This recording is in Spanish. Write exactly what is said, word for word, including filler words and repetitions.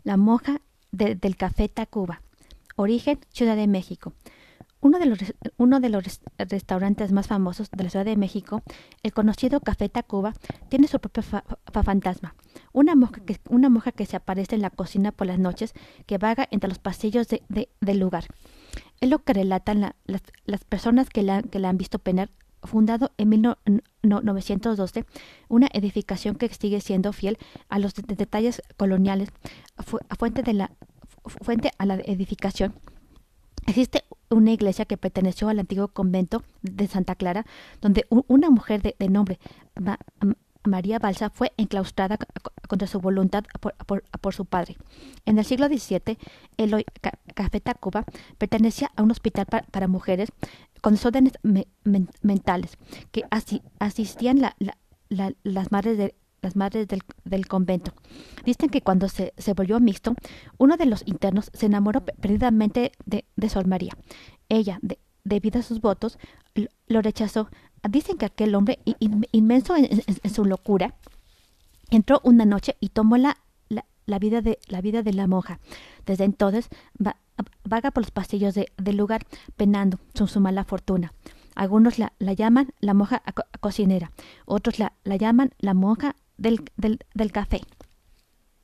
La monja de- del Café Tacuba. Origen, Ciudad de México. Uno de los, res- uno de los res- restaurantes más famosos de la Ciudad de México, el conocido Café Tacuba, tiene su propio fa- fa- fantasma. Una monja, que, una monja que se aparece en la cocina por las noches, que vaga entre los pasillos de- de- del lugar. Es lo que relatan la- las, las personas que la, que la han visto penar. Fundado en mil novecientos doce, una edificación que sigue siendo fiel a los de- de detalles coloniales, fu- a fuente, de la, fu- fuente a la edificación. Existe una iglesia que perteneció al antiguo convento de Santa Clara, donde u- una mujer de, de nombre Ma- Ma- María Balsa fue enclaustrada c- c- contra su voluntad por, por- por su padre. En el siglo diecisiete, el hoy Ca- Café Tacuba pertenecía a un hospital pa- para mujeres con desórdenes me- men- mentales que asi- asistían la- la- la- las madres de las madres del, del convento. Dicen que cuando se, se volvió mixto, uno de los internos se enamoró pe- perdidamente de, de Sol María. Ella, de- debido a sus votos, lo, lo rechazó. Dicen que aquel hombre, i- in- inmenso en, en- en su locura, entró una noche y tomó la, la, la vida, de, la vida de la monja. Desde entonces va- vaga por los pasillos de- del lugar penando su, su mala fortuna. Algunos la, la llaman la monja co- cocinera, otros la, la llaman la monja del, del, del café.